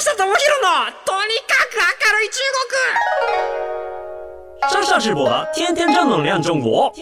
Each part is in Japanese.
下智博のとにかく明るい中国。上下直播的天天正能量中国。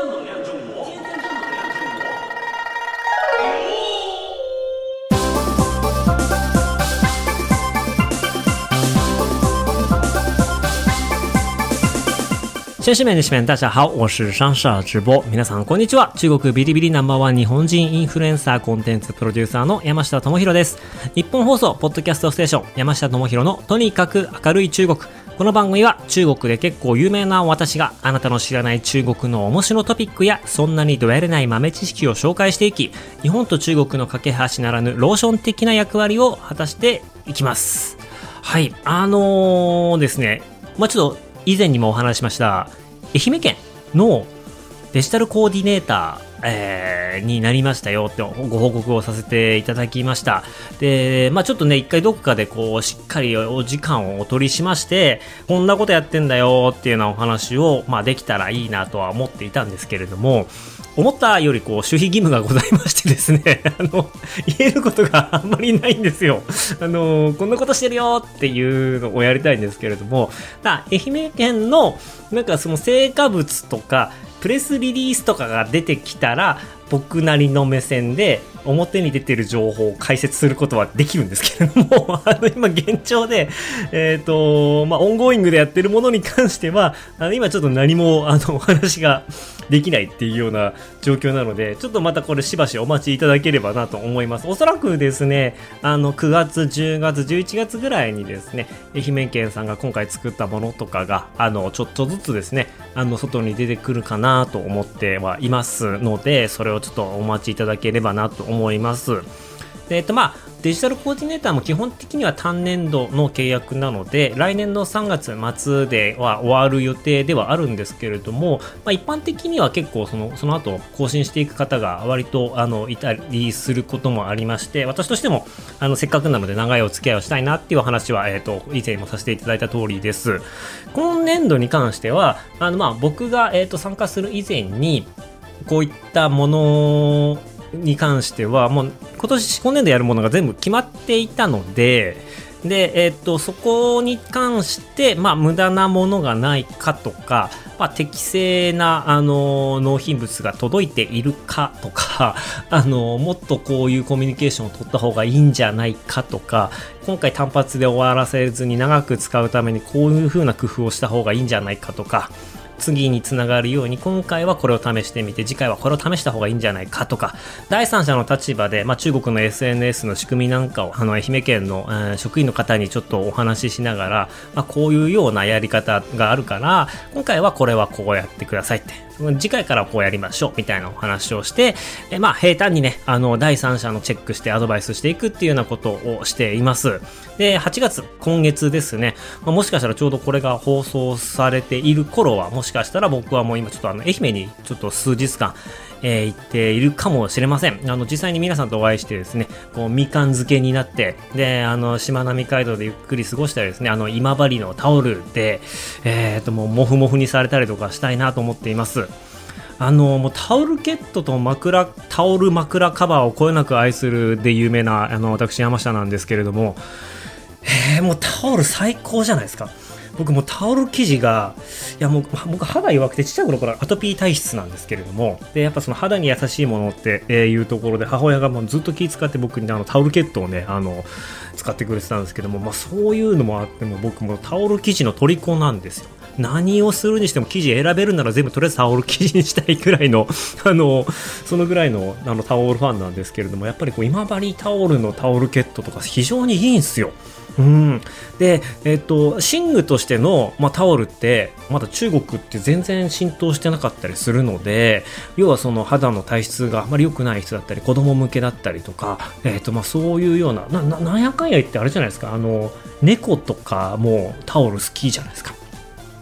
先生们大家好，我是上下直播。皆さんこんにちは。中国ビリビリナンバーワン日本人インフルエンサーコンテンツプロデューサーの山下智博です。日本放送ポッドキャストステーション山下智博のとにかく明るい中国。この番組は中国で結構有名な私があなたの知らない中国の面白トピックやそんなにどやれない豆知識を紹介していき、日本と中国の架け橋ならぬローション的な役割を果たしていきます。はい、ですね、ちょっと以前にもお話ししました愛媛県のデジタルコーディネーター、になりましたよってご報告をさせていただきました。で、ちょっとね一回どこかでこうしっかりお時間をお取りしまして、こんなことやってんだよっていうようなお話をできたらいいなとは思っていたんですけれども、思ったよりこう守秘義務がございましてですね言えることがあんまりないんですよ。こんなことしてるよっていうのをやりたいんですけれども、愛媛県のなんかその成果物とかプレスリリースとかが出てきたら、僕なりの目線で表に出てる情報を解説することはできるんですけれども今現状でオンゴーイングでやってるものに関しては今ちょっと何もお話ができないっていうような状況なので、ちょっとまたこれしばしお待ちいただければなと思います。おそらくですね9月10月11月ぐらいにですね、愛媛県さんが今回作ったものとかがちょっとずつですね外に出てくるかなと思ってはいますので、それをちょっとお待ちいただければなと思います。デジタルコーディネーターも基本的には単年度の契約なので、来年の3月末では終わる予定ではあるんですけれども、一般的には結構その後更新していく方が割といたりすることもありまして、私としてもせっかくなので長いお付き合いをしたいなっていう話は、以前もさせていただいた通りです。今年度に関しては僕が、参加する以前にこういったものに関してはもう今年度やるものが全部決まっていたので、そこに関して無駄なものがないかとか、適正な納品物が届いているかとかもっとこういうコミュニケーションを取った方がいいんじゃないかとか、今回単発で終わらせずに長く使うためにこういう風な工夫をした方がいいんじゃないかとか、次につながるように今回はこれを試してみて次回はこれを試した方がいいんじゃないかとか、第三者の立場で、中国の SNS の仕組みなんかを愛媛県の、職員の方にちょっとお話ししながら、こういうようなやり方があるから今回はこれはこうやってくださいって、次回からこうやりましょうみたいなお話をして、平坦にね第三者のチェックしてアドバイスしていくっていうようなことをしています。で8月今月ですね、もしかしたらちょうどこれが放送されている頃はもしかしたら僕はもう今ちょっと愛媛にちょっと数日間行っているかもしれません。実際に皆さんとお会いしてですね、こうみかん漬けになってでしまなみ海道でゆっくり過ごしたりですね、今治のタオルでもうモフモフにされたりとかしたいなと思っています。もうタオルケットとタオル枕カバーをこよなく愛するで有名な私山下なんですけれども、もうタオル最高じゃないですか。僕もタオル生地が僕肌弱くてちっちゃい頃からアトピー体質なんですけれども、でやっぱその肌に優しいものっていうところで母親がもうずっと気遣って僕にタオルケットをね使ってくれてたんですけども、そういうのもあっても僕もタオル生地の虜なんですよ。何をするにしても生地選べるなら全部とりあえずタオル生地にしたいくらいのそのぐらいのタオルファンなんですけれども、やっぱりこう今治タオルのタオルケットとか非常にいいんですよ。で、寝具としての、タオルってまだ中国って全然浸透してなかったりするので、要はその肌の体質があまり良くない人だったり子供向けだったりとか、そういうようななんやかんや言ってあれじゃないですか、猫とかもタオル好きじゃないですか。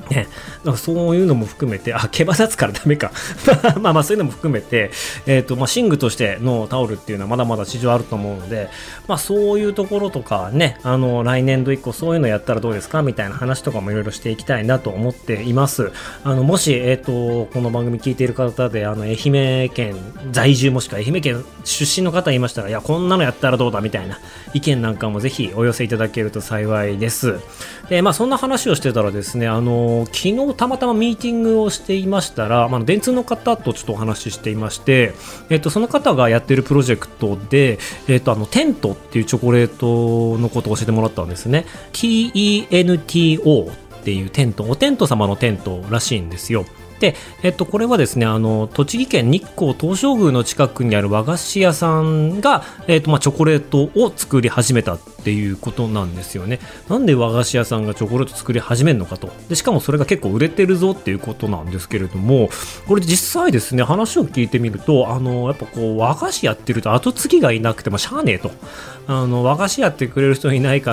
ね、だからそういうのも含めて、毛羽立つからダメか。まあそういうのも含めて、寝具としてのタオルっていうのはまだまだ市場あると思うので、そういうところとかね、来年度以降そういうのやったらどうですかみたいな話とかもいろいろしていきたいなと思っています。もし、この番組聞いている方で、愛媛県在住もしくは愛媛県出身の方いましたら、いや、こんなのやったらどうだみたいな意見なんかもぜひお寄せいただけると幸いです。で、そんな話をしてたらですね、昨日たまたまミーティングをしていましたら、電通の方とちょっとお話ししていまして、その方がやってるプロジェクトで、テントっていうチョコレートのことを教えてもらったんですね。TENTO っていうテント、おテント様のテントらしいんですよ。で、これはですね、栃木県日光東照宮の近くにある和菓子屋さんが、チョコレートを作り始めたっていうことなんですよね。なんで和菓子屋さんがチョコレート作り始めるのかと。で、しかもそれが結構売れてるぞっていうことなんですけれども、これ実際ですね、話を聞いてみると、やっぱこう、和菓子やってると後継ぎがいなくてもしゃあねえと。和菓子やってくれる人いないから、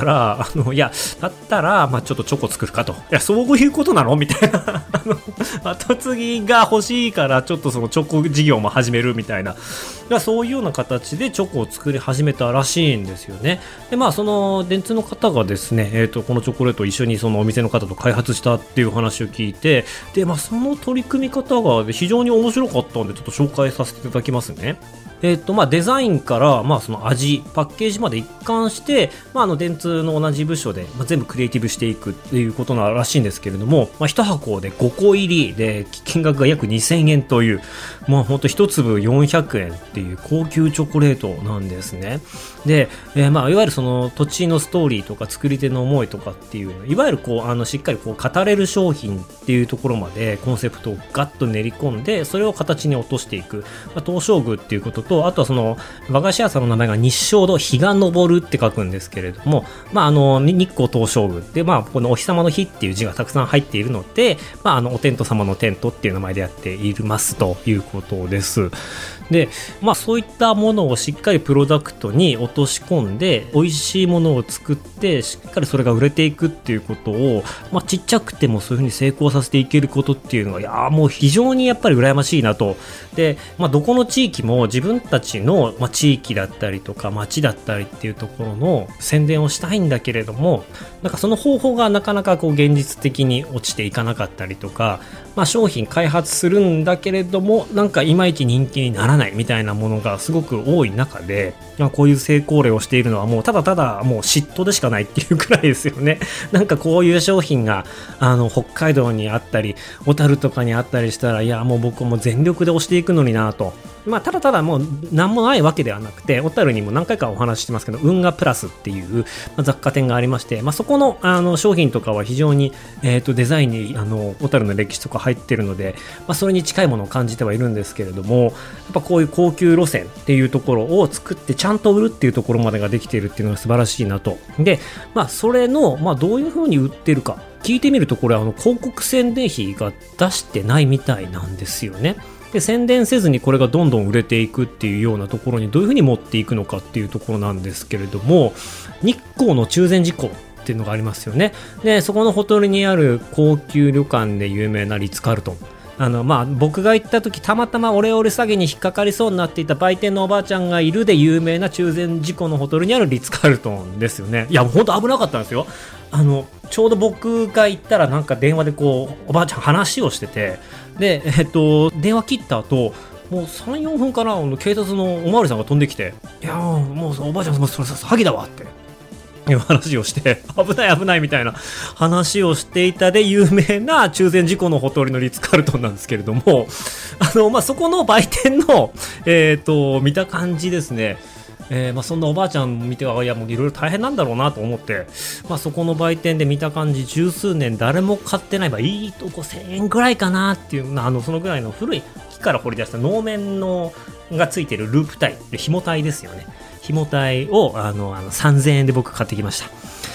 いや、だったら、ちょっとチョコ作るかと。いや、そういうことなのみたいな。後継ぎが欲しいからちょっとそのチョコ事業も始めるみたいな、そういうような形でチョコを作り始めたらしいんですよね。で、その電通の方がですね、このチョコレートを一緒にそのお店の方と開発したっていう話を聞いて、で、その取り組み方が非常に面白かったんでちょっと紹介させていただきますね。デザインから、その味、パッケージまで一貫して、電通の同じ部署で、全部クリエイティブしていくっていうことならしいんですけれども、1箱で5個入りで、金額が約2000円という、ほんと1粒400円っていう高級チョコレートなんですね。で、いわゆるその土地のストーリーとか作り手の思いとかっていうの、いわゆるこう、しっかりこう語れる商品っていうところまでコンセプトをガッと練り込んで、それを形に落としていく。東照宮っていうことと、あとはその和菓子屋さんの名前が日照堂、日が昇るって書くんですけれども、日光東照宮で、このお日様の日っていう字がたくさん入っているので、お天道様のテントっていう名前でやっていますということです。で、そういったものをしっかりプロダクトに落とし込んで、美味しいものを作ってしっかりそれが売れていくっていうことを、ちっちゃくてもそういうふうに成功させていけることっていうのは、いやもう非常にやっぱり羨ましいなと。で、どこの地域も自分たちの、地域だったりとか町だったりっていうところの宣伝をしたいんだけれども、なんかその方法がなかなかこう現実的に落ちていかなかったりとか、商品開発するんだけれどもなんかいまいち人気にならないみたいなものがすごく多い中で、こういう成功例をしているのはもうただただもう嫉妬でしかないっていうくらいですよね。なんかこういう商品が北海道にあったり小樽とかにあったりしたら、いやもう僕も全力で押していくのになと。ただただもう何もないわけではなくて、小樽にも何回かお話ししてますけど、運河プラスっていう雑貨店がありまして、そこの商品とかは非常にデザインに小樽の歴史とか入ってるので、それに近いものを感じてはいるんですけれども、やっぱこういう高級路線っていうところを作ってちゃんと売るっていうところまでができているっていうのが素晴らしいなと。で、それのどういう風に売ってるか聞いてみると、これ広告宣伝費が出してないみたいなんですよね。で、宣伝せずにこれがどんどん売れていくっていうようなところにどういうふうに持っていくのかっていうところなんですけれども、日光の中禅寺湖っていうのがありますよね。で、そこのほとりにある高級旅館で有名なリッツ・カールトン、僕が行った時たまたまオレオレ詐欺に引っかかりそうになっていた売店のおばあちゃんがいるで有名な中禅寺湖のほとりにあるリッツ・カールトンですよね。いやほんと危なかったんですよ。ちょうど僕が行ったらなんか電話でこうおばあちゃん話をしてて、で電話切った後もう 3,4 分かな、警察のおまわりさんが飛んできて、いやもうおばあちゃんもうそれ詐欺だわっていう話をして、危ない危ないみたいな話をしていたで有名な中禅寺湖のほとりのリッツ・カールトンなんですけれども、そこの売店の見た感じですね。そんなおばあちゃん見ては、いやもういろいろ大変なんだろうなと思って、そこの売店で見た感じ十数年誰も買ってない、いいとこ1000円ぐらいかなっていう、そのぐらいの古い木から掘り出した能面のがついてるループタイで紐タイですよね。紐タイを3000円で僕買ってきました。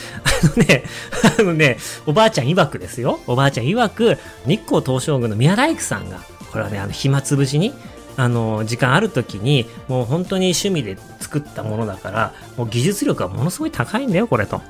おばあちゃん曰くですよ。おばあちゃん曰く日光東照宮の宮大工さんがこれはね暇つぶしに時間ある時にもう本当に趣味で作ったものだから、もう技術力はものすごい高いんだよこれと。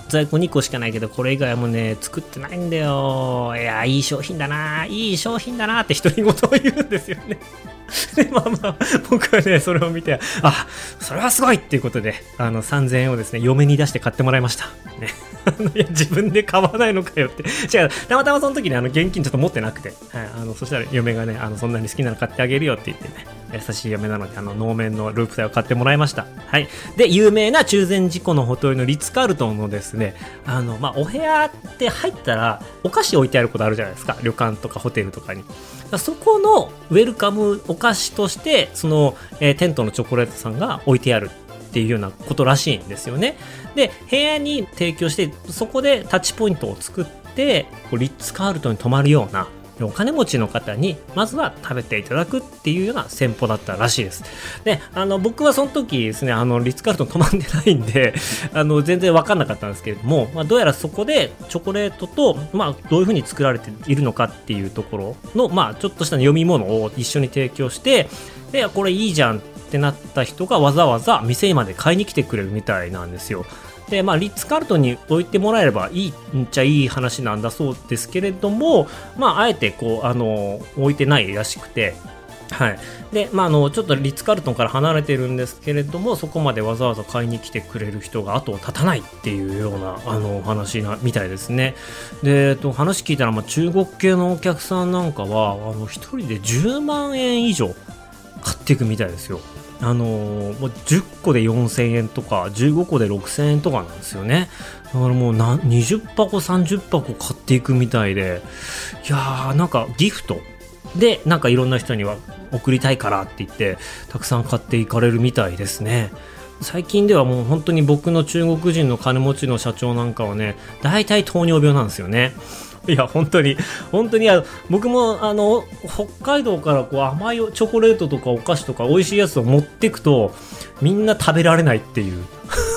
在庫2個しかないけどこれ以外はもうね作ってないんだよ、いやいい商品だなって独り言を言うんですよね。でまあ僕はねそれを見て、あ、それはすごいっていうことで3000円をですね嫁に出して買ってもらいましたね。いや自分で買わないのかよって、違う、たまたまその時に現金ちょっと持ってなくて、はい、そしたら嫁がねそんなに好きなの買ってあげるよって言ってね、優しい嫁なので能面のループ剤を買ってもらいました。はい。で有名な中禅寺湖のほとりのリッツ・カールトンのですねお部屋って入ったらお菓子置いてあることあるじゃないですか、旅館とかホテルとかに。そこのウェルカムお菓子としてその、テントのチョコレートさんが置いてあるっていうようなことらしいんですよね。で部屋に提供してそこでタッチポイントを作ってリッツ・カールトンに泊まるようなお金持ちの方にまずは食べていただくっていうような戦法だったらしいです。で僕はその時ですねリッツ・カールトン泊まんでないんで全然分かんなかったんですけれども、どうやらそこでチョコレートと、どういう風に作られているのかっていうところの、ちょっとした読み物を一緒に提供して、でこれいいじゃんってなった人がわざわざ店まで買いに来てくれるみたいなんですよ。でリッツ・カールトンに置いてもらえればいいんちゃいい話なんだそうですけれども、あえて置いてないらしくて、はい。でちょっとリッツ・カールトンから離れてるんですけれども、そこまでわざわざ買いに来てくれる人が後を絶たないっていうようなお話みたいですね。で話聞いたら、中国系のお客さんなんかは1人で10万円以上買っていくみたいですよ。もう10個で4000円とか15個で6000円とかなんですよね。だからもう20箱30箱買っていくみたいで、いやーなんかギフトでなんかいろんな人には送りたいからって言ってたくさん買っていかれるみたいですね。最近ではもう本当に僕の中国人の金持ちの社長なんかはね、大体糖尿病なんですよね。いや本当に僕も北海道から甘いチョコレートとかお菓子とか美味しいやつを持ってくとみんな食べられないっていう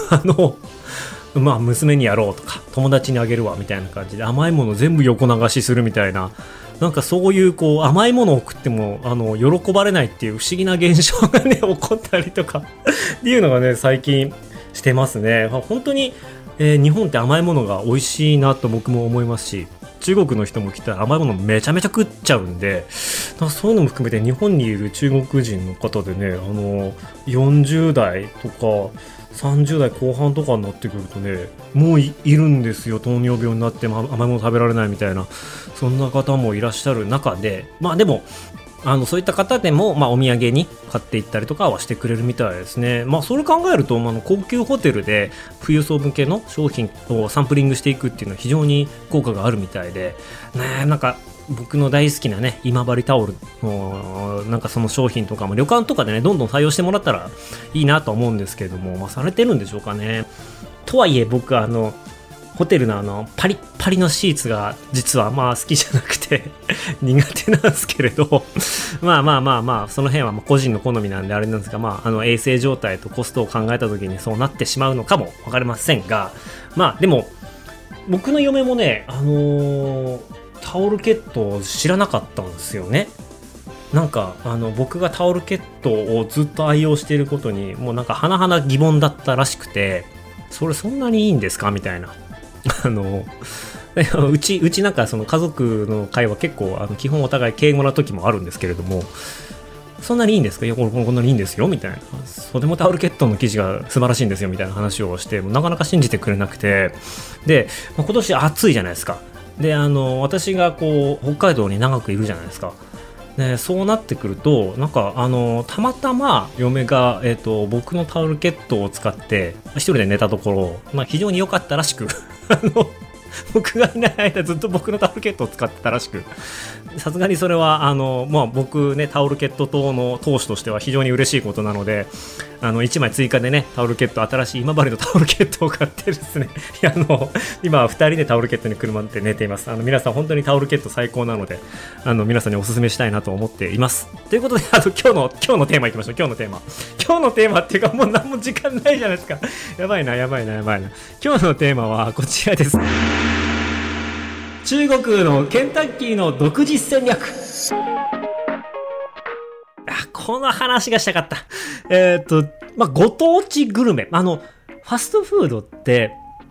娘にやろうとか友達にあげるわみたいな感じで甘いもの全部横流しするみたいな、なんかそういう甘いものを食っても喜ばれないっていう不思議な現象がね起こったりとかっていうのがね最近してますね。本当に、日本って甘いものが美味しいなと僕も思いますし、中国の人も来たら甘いものめちゃめちゃ食っちゃうんで、そういうのも含めて日本にいる中国人の方でね40代とか30代後半とかになってくるとね、もう いるんですよ。糖尿病になって甘いもの食べられないみたいな、そんな方もいらっしゃる中で、でもそういった方でも、お土産に買っていったりとかはしてくれるみたいですね。それ考えると、高級ホテルで富裕層向けの商品をサンプリングしていくっていうのは非常に効果があるみたいで、なんか僕の大好きなね今治タオルのなんかその商品とかも旅館とかでねどんどん採用してもらったらいいなと思うんですけれども、されてるんでしょうかね。とはいえ僕ホテルのパリッパリのシーツが実は好きじゃなくて苦手なんですけれどその辺は個人の好みなんであれなんですが、衛生状態とコストを考えた時にそうなってしまうのかも分かりませんが、でも僕の嫁もねタオルケットを知らなかったんですよね。なんか僕がタオルケットをずっと愛用していることにもうなんか甚だ疑問だったらしくて、それそんなにいいんですかみたいなうちなんかその家族の会話結構基本お互い敬語な時もあるんですけれども、そんなにいいんですか、いやこんなにいいんですよみたいな、袖もタオルケットの生地が素晴らしいんですよみたいな話をしてもなかなか信じてくれなくて、で、今年暑いじゃないですか。で私が北海道に長くいるじゃないですか。でそうなってくるとなんかたまたま嫁が、僕のタオルケットを使って一人で寝たところ、非常に良かったらしく僕がいない間ずっと僕のタオルケットを使ってたらしく、さすがにそれは僕ねタオルケット党の党首としては非常に嬉しいことなので、1枚追加でねタオルケット、新しい今治のタオルケットを買ってですね今は2人でタオルケットに車で寝ています。皆さん本当にタオルケット最高なので皆さんにお勧めしたいなと思っています。ということで今日のテーマいきましょう。今日のテーマっていうかもう何も時間ないじゃないですか。やばいな。今日のテーマはこちらです。中国のケンタッキーの独自戦略。この話がしたかった。ご当地グルメ。ファストフードって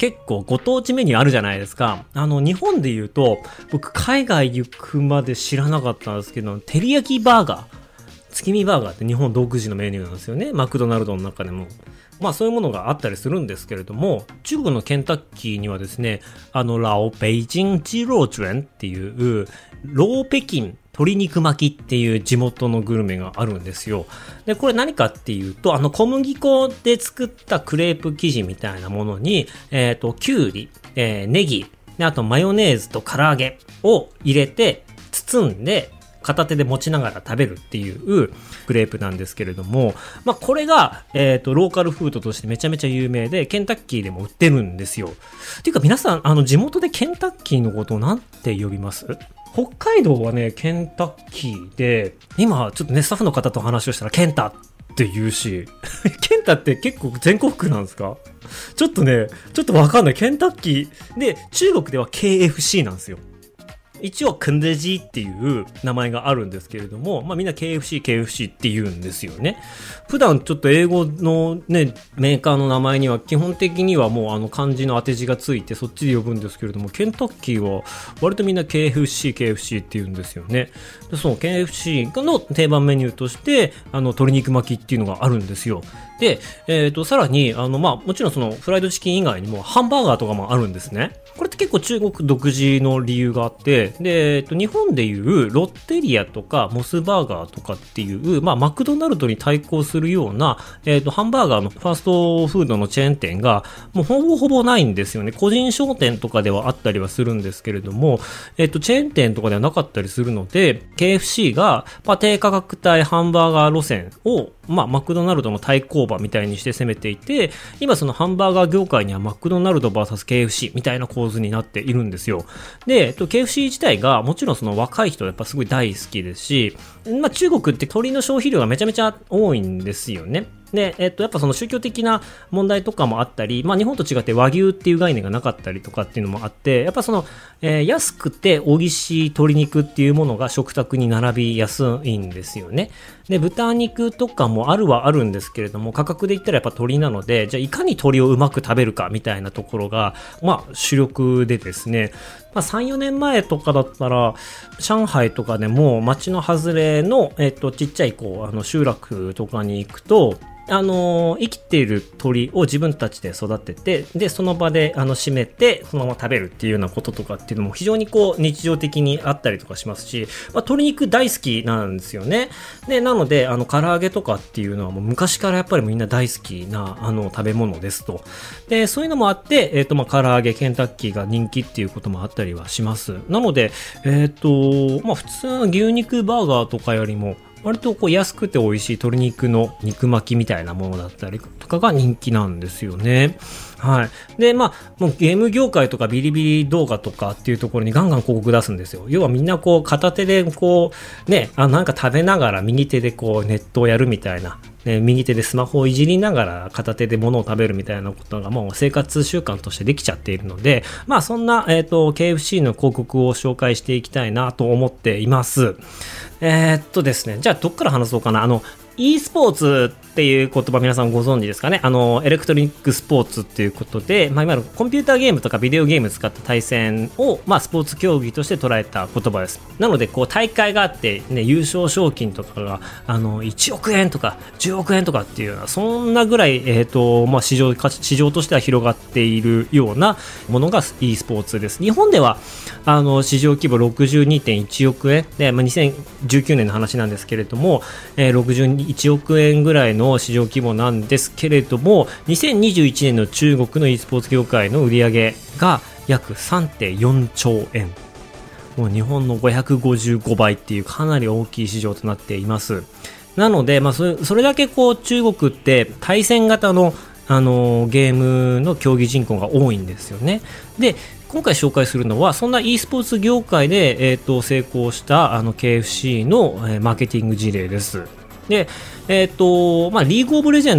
結構ご当地メニューあるじゃないですか。日本で言うと、僕海外行くまで知らなかったんですけど、照り焼きバーガー、月見バーガーって日本独自のメニューなんですよね。マクドナルドの中でも。まあそういうものがあったりするんですけれども、中国のケンタッキーにはですね、ラオ北京鸡肉卷っていう、老北京鶏肉巻きっていう地元のグルメがあるんですよ。で、これ何かっていうと、小麦粉で作ったクレープ生地みたいなものに、きゅうり、ネギ、あとマヨネーズと唐揚げを入れて包んで、片手で持ちながら食べるっていうクレープなんですけれども、まあこれが、ローカルフードとしてめちゃめちゃ有名で、ケンタッキーでも売ってるんですよ。っていうか皆さん、地元でケンタッキーのことをなんて呼びます？北海道はね、ケンタッキーで、今ちょっとね、スタッフの方と話をしたらケンタって言うし、ケンタって結構全国区なんですか？ちょっとわかんない。ケンタッキーで、中国では KFC なんですよ。一応、クンデジっていう名前があるんですけれども、まあみんな KFC って言うんですよね。普段ちょっと英語のね、メーカーの名前には基本的にはもう漢字の当て字がついてそっちで呼ぶんですけれども、ケンタッキーは割とみんな KFC って言うんですよね。でその KFC の定番メニューとして、鶏肉巻きっていうのがあるんですよ。で、さらに、まあもちろんそのフライドチキン以外にもハンバーガーとかもあるんですね。これって結構中国独自の理由があって、で、日本でいうロッテリアとかモスバーガーとかっていう、まあマクドナルドに対抗するような、ハンバーガーのファーストフードのチェーン店がもうほぼないんですよね。個人商店とかではあったりはするんですけれども、チェーン店とかではなかったりするので、KFC が、まあ、低価格帯ハンバーガー路線を、まあ、マクドナルドの対抗馬みたいにして攻めていて、今そのハンバーガー業界にはマクドナルド vs KFC みたいな構図になっているんですよ。で、KFC 自体がもちろんその若い人はやっぱすごい大好きですし、まあ、中国って鶏の消費量がめちゃめちゃ多いんですよね。で、やっぱその宗教的な問題とかもあったり、まあ日本と違って和牛っていう概念がなかったりとかっていうのもあって、やっぱその、安くて美味しい鶏肉っていうものが食卓に並びやすいんですよね。で、豚肉とかもあるんですけれども、価格で言ったらやっぱ鶏なので、じゃあいかに鶏をうまく食べるかみたいなところが、まあ主力でですね、まあ3、4年前とかだったら、上海とかでも街の外れの、ちっちゃい集落とかに行くと、生きている鳥を自分たちで育てて、で、その場で、締めて、そのまま食べるっていうようなこととかっていうのも非常に日常的にあったりとかしますし、まあ、鶏肉大好きなんですよね。で、なので、唐揚げとかっていうのはもう昔からやっぱりみんな大好きな、食べ物ですと。で、そういうのもあって、まあ、唐揚げ、ケンタッキーが人気っていうこともあったりはします。なので、まあ、普通の牛肉バーガーとかよりも、割と安くて美味しい鶏肉の肉巻きみたいなものだったりとかが人気なんですよね。はい。で、まあ、もうゲーム業界とかビリビリ動画とかっていうところにガンガン広告出すんですよ。要はみんな片手でね、なんか食べながら右手でネットをやるみたいな。ね、右手でスマホをいじりながら片手で物を食べるみたいなことがもう生活習慣としてできちゃっているので、まあそんな、KFC の広告を紹介していきたいなと思っています。ですね、じゃあどっから話そうかな。e スポーツっていう言葉皆さんご存知ですかね。エレクトリックスポーツっていうことで、まあ、いわゆるコンピューターゲームとかビデオゲーム使った対戦を、まあ、スポーツ競技として捉えた言葉です。なので、大会があって、ね、優勝賞金とかが、1億円とか10億円とかっていうような、そんなぐらい、まあ、市場としては広がっているようなものが e スポーツです。日本では、市場規模 62.1 億円で、まあ、2019年の話なんですけれども、61億円ぐらいの市場規模なんですけれども、2021年の中国の e スポーツ業界の売り上げが約 3.4 兆円。もう日本の555倍っていうかなり大きい市場となっています。なので、まあ、それだけ中国って対戦型の、ゲームの競技人口が多いんですよね。で、今回紹介するのはそんな e スポーツ業界で、成功したKFC の、マーケティング事例です。で、まあ、リーグオブレジェンドっ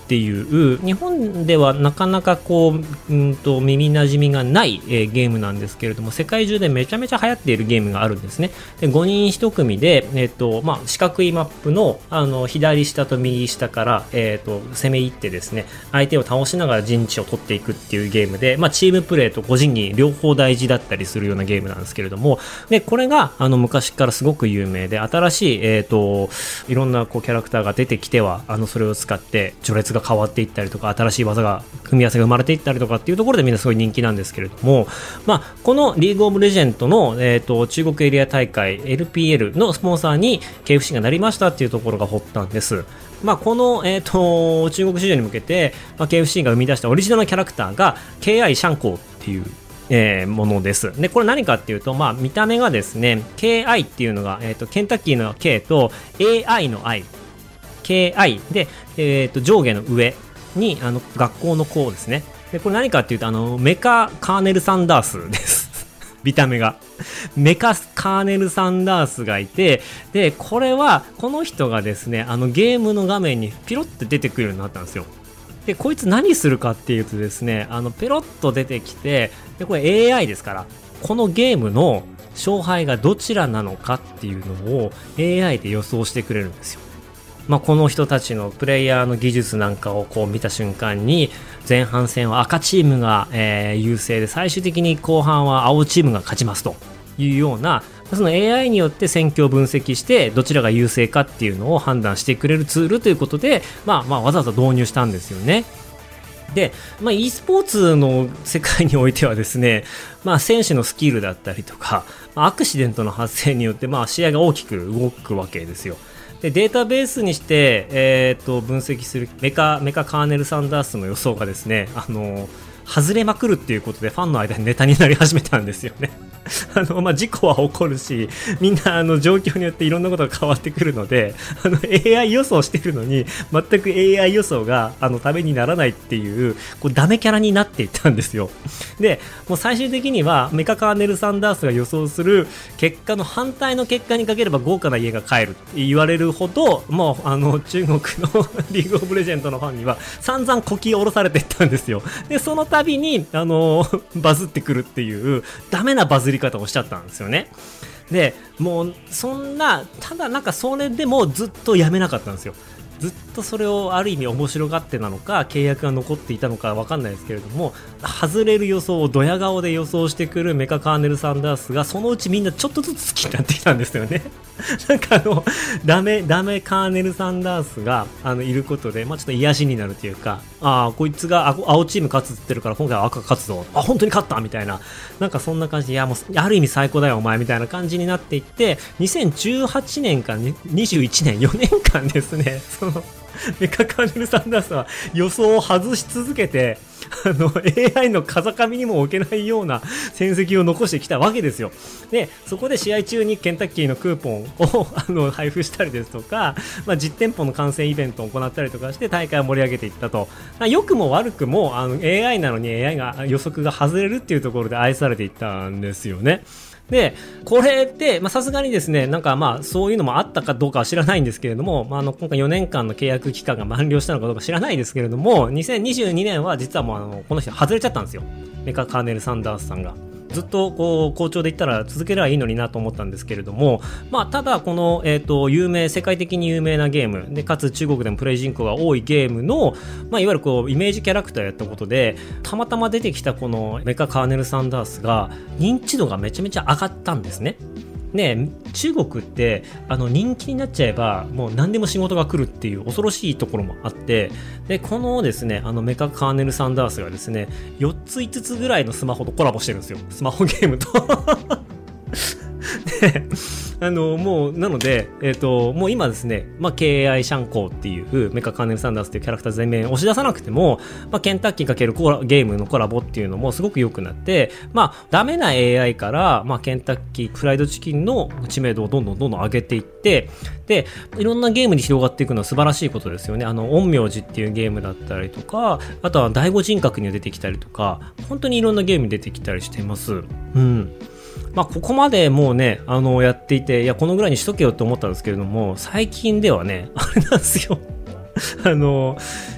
っていう日本ではなかなかこう、耳なじみがない、ゲームなんですけれども、世界中でめちゃめちゃ流行っているゲームがあるんですね。で5人1組で、四角いマップの、左下と右下から、攻め入ってですね、相手を倒しながら陣地を取っていくっていうゲームで、チームプレーと個人技両方大事だったりするようなゲームなんですけれども、でこれが昔からすごく有名で、新しい、いろんなこうキャラクターが出てきてはそれを使って序列が変わっていったりとか、新しい技が組み合わせが生まれていったりとかっていうところでみんなすごい人気なんですけれども、このリーグオブレジェンドの、中国エリア大会 LPL のスポンサーに KFC がなりましたっていうところが発端です。この、中国市場に向けて、KFC が生み出したオリジナルのキャラクターが KI シャンコーっていうものです。でこれ何かっていうと、見た目がですね KI っていうのが、ケンタッキーの K と AI の I、KI で、上下の上に学校の校ですね。でこれ何かっていうとメカカーネル・サンダースです見た目がメカカーネル・サンダースがいて、でこれはこの人がですねゲームの画面にピロッと出てくるようになったんですよ。でこいつ何するかっていうとですね、ペロッと出てきて、でこれ AI ですから、このゲームの勝敗がどちらなのかっていうのを AI で予想してくれるんですよ。この人たちのプレイヤーの技術なんかをこう見た瞬間に、前半戦は赤チームが、優勢で、最終的に後半は青チームが勝ちますというような、その AI によって戦況を分析してどちらが優勢かっていうのを判断してくれるツールということで、わざわざ導入したんですよね。で、e スポーツの世界においてはですね、選手のスキルだったりとか、アクシデントの発生によって試合が大きく動くわけですよ。でデータベースにして、分析するメカカーネル・サンダースの予想がですね、外れまくるっていうことでファンの間にネタになり始めたんですよね。事故は起こるし、みんな状況によっていろんなことが変わってくるので、AI 予想してるのに全く AI 予想がためにならないっていう、ダメキャラになっていったんですよ。でもう最終的にはメカカーネル・サンダースが予想する結果の反対の結果にかければ豪華な家が買えるって言われるほど、もう中国のリーグオブレジェンドのファンには散々こき下ろされていったんですよ。でその度にバズってくるっていうダメなバズり方をしちゃったんですよね。でもうそんな、ただなんかそれでもずっとやめなかったんですよ。ずっとそれをある意味面白がってなのか、契約が残っていたのか分かんないですけれども、外れる予想をドヤ顔で予想してくるメカカーネル・サンダースがそのうちみんなちょっとずつ好きになってきたんですよね。なんかダメカーネル・サンダースがいることで、ちょっと癒しになるというか、こいつが青チーム勝つって言ってるから今回は赤勝つぞ、本当に勝ったみたいな、なんかそんな感じで、いやもうある意味最高だよお前みたいな感じになっていって、2018年から21年4年間ですね、そのメカカーネル・サンダースは予想を外し続けて、AI の風上にも置けないような戦績を残してきたわけですよ。でそこで試合中にケンタッキーのクーポンを配布したりですとか、実店舗の観戦イベントを行ったりとかして大会を盛り上げていったと。良くも悪くもAI なのに AI が予測が外れるっていうところで愛されていったんですよね。でこれってさすがにですね、なんかそういうのもあったかどうかは知らないんですけれども、今回4年間の契約期間が満了したのかどうか知らないですけれども、2022年は実はもうこの人外れちゃったんですよ、メカカーネル・サンダースさんが。ずっと好調でいったら続ければいいのになと思ったんですけれども、ただこの、世界的に有名なゲームで、かつ中国でもプレイ人口が多いゲームの、いわゆるイメージキャラクターやったことで、たまたま出てきたこのメカカーネル・サンダースが認知度がめちゃめちゃ上がったんですね。ね、中国って人気になっちゃえばもう何でも仕事が来るっていう恐ろしいところもあって、でこのですねメカカーネル・サンダースがですね4つ5つぐらいのスマホとコラボしてるんですよ、スマホゲームとでもうなので、もう今ですね、KI シャンコーっていうメカカーネル・サンダースっていうキャラクター全面押し出さなくても、ケンタッキー×ゲームのコラボっていうのもすごく良くなって、ダメな AI から、ケンタッキーフライドチキンの知名度をどんどん上げていって、でいろんなゲームに広がっていくのは素晴らしいことですよね。陰陽師っていうゲームだったりとか、あとは第五人格に出てきたりとか、本当にいろんなゲームに出てきたりしています。ここまでもうねやっていて、いやこのぐらいにしとけよって思ったんですけれども、最近ではねあれなんですよ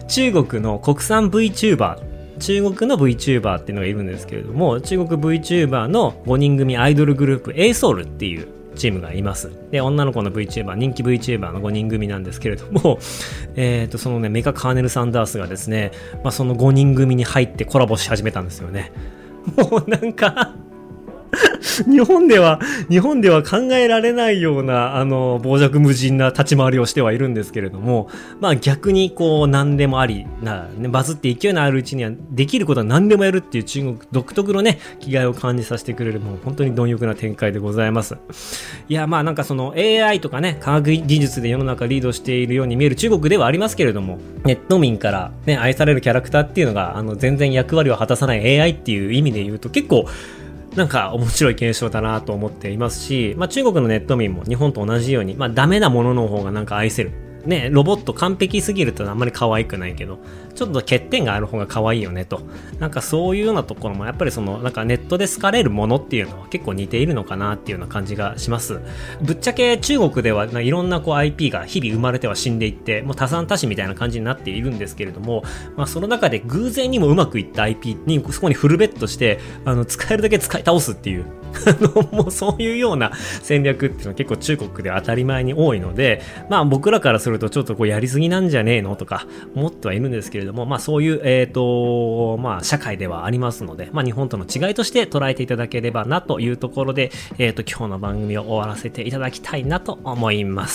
中国の国産 VTuber、中国の VTuber っていうのがいるんですけれども、中国 VTuber の5人組アイドルグループ ASOUL っていうチームがいます。で、女の子の VTuber、人気 VTuber の5人組なんですけれども、そのね、メカカーネル・サンダースがですね、その5人組に入ってコラボし始めたんですよね。もうなんか、日本では考えられないような、傍若無人な立ち回りをしてはいるんですけれども、逆にこう、何でもありな、ね、バズって勢いのあるうちにはできることは何でもやるっていう中国独特のね、気概を感じさせてくれる、もう本当に貪欲な展開でございます。いや、なんかその AI とかね、科学技術で世の中リードしているように見える中国ではありますけれども、ネット民からね、愛されるキャラクターっていうのが、全然役割を果たさない AI っていう意味で言うと結構、なんか面白い現象だなと思っていますし、中国のネット民も日本と同じように、ダメなものの方がなんか愛せる。ね、ロボット完璧すぎるとあんまり可愛くないけど、ちょっと欠点がある方が可愛いよねと。なんかそういうようなところもやっぱりその、なんかネットで好かれるものっていうのは結構似ているのかなっていうような感じがします。ぶっちゃけ中国ではいろんなこう IP が日々生まれては死んでいって、もう多産多死みたいな感じになっているんですけれども、その中で偶然にもうまくいった IP にそこにフルベットして、使えるだけ使い倒すっていう。もうそういうような戦略っていうのは結構中国で当たり前に多いので、僕らからするとちょっとこうやりすぎなんじゃねえのとか思ってはいるんですけれども、そういう、社会ではありますので、日本との違いとして捉えていただければなというところで、今日の番組を終わらせていただきたいなと思います。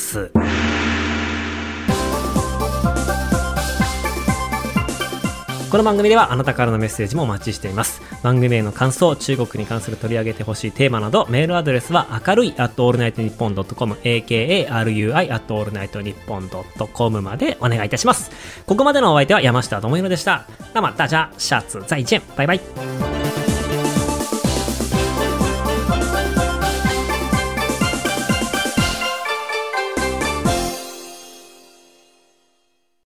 この番組ではあなたからのメッセージもお待ちしています。番組への感想、中国に関する取り上げてほしいテーマなど、メールアドレスは明るい@allnightnippon.com、akarui@allnightnippon.com までお願いいたします。ここまでのお相手は山下智博でした。那么大家下次再见。バイバイ。